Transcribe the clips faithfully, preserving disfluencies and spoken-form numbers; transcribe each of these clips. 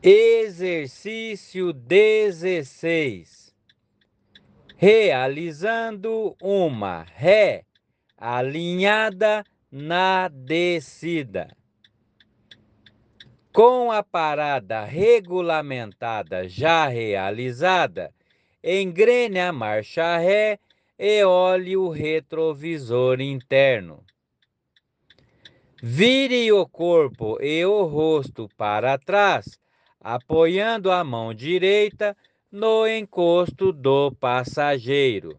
Exercício dezesseis. Realizando uma ré alinhada na descida. Com a parada regulamentada já realizada, engrene a marcha ré e olhe o retrovisor interno. Vire o corpo e o rosto para trás, apoiando a mão direita no encosto do passageiro.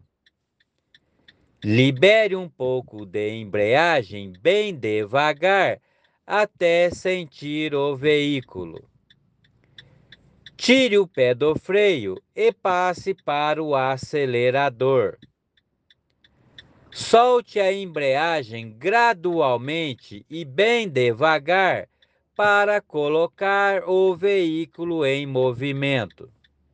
Libere um pouco de embreagem bem devagar até sentir o veículo. Tire o pé do freio e passe para o acelerador. Solte a embreagem gradualmente e bem devagar para colocar o veículo em movimento.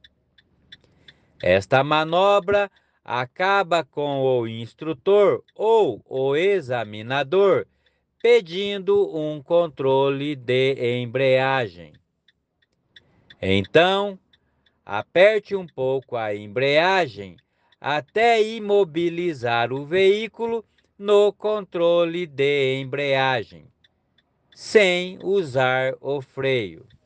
Esta manobra acaba com o instrutor ou o examinador pedindo um controle de embreagem. Então, aperte um pouco a embreagem até imobilizar o veículo no controle de embreagem, sem usar o freio.